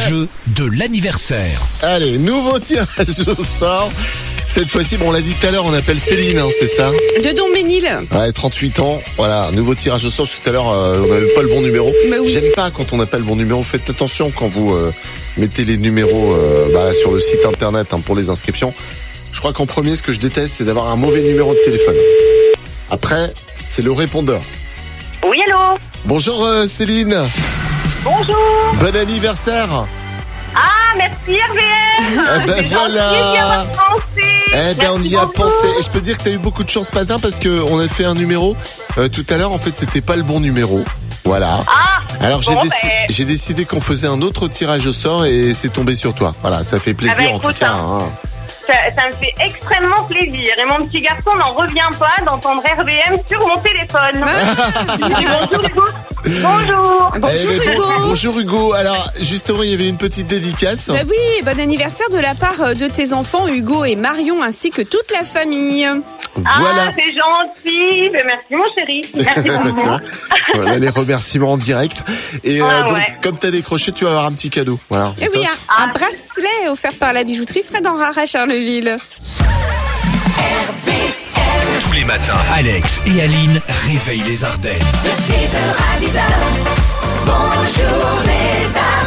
jeu de l'anniversaire. Allez, nouveau tirage au sort. Cette fois-ci, on l'a dit tout à l'heure, on appelle Céline, hein, c'est ça? De Dombénil. Ouais, 38 ans. Voilà, nouveau tirage au sort. Parce que tout à l'heure, on n'avait pas le bon numéro. Mais oui. J'aime pas quand on n'a pas le bon numéro. Faites attention quand vous mettez les numéros sur le site internet pour les inscriptions. Je crois qu'en premier, ce que je déteste, c'est d'avoir un mauvais numéro de téléphone. Après, c'est le répondeur. Oui, allô? Bonjour Céline. Bonjour. Bon anniversaire. Ah, merci RVM. Eh ben C'est voilà. gentil d'y avoir pensé. Eh ben on Merci y a beaucoup. pensé. Et je peux dire que t'as eu beaucoup de chance ce matin parce que on a fait un numéro tout à l'heure. En fait, c'était pas le bon numéro. Voilà. Ah, Alors bon, j'ai décidé qu'on faisait un autre tirage au sort et c'est tombé sur toi. Voilà, ça fait plaisir en tout écoute, cas. Hein. ça me fait extrêmement plaisir. Et mon petit garçon n'en revient pas d'entendre RVM sur mon téléphone. Bonjour, Hugo. Bonjour. Bonjour Eh ben, Hugo. Bonjour Hugo. Alors justement, il y avait une petite dédicace. Bah oui, bon anniversaire de la part de tes enfants Hugo et Marion ainsi que toute la famille. Voilà. Ah, c'est gentil. Ben, merci, mon chéri. Merci beaucoup. Voilà les remerciements en direct. Et donc, ouais. comme t'as décroché, tu vas avoir un petit cadeau. Voilà. Et on oui, t'offre. un bracelet offert par la bijouterie Fred en Rare à Charleville. Tous les matins, Alex et Aline réveillent les Ardennes. De 6h à 10h, bonjour les Ardennes.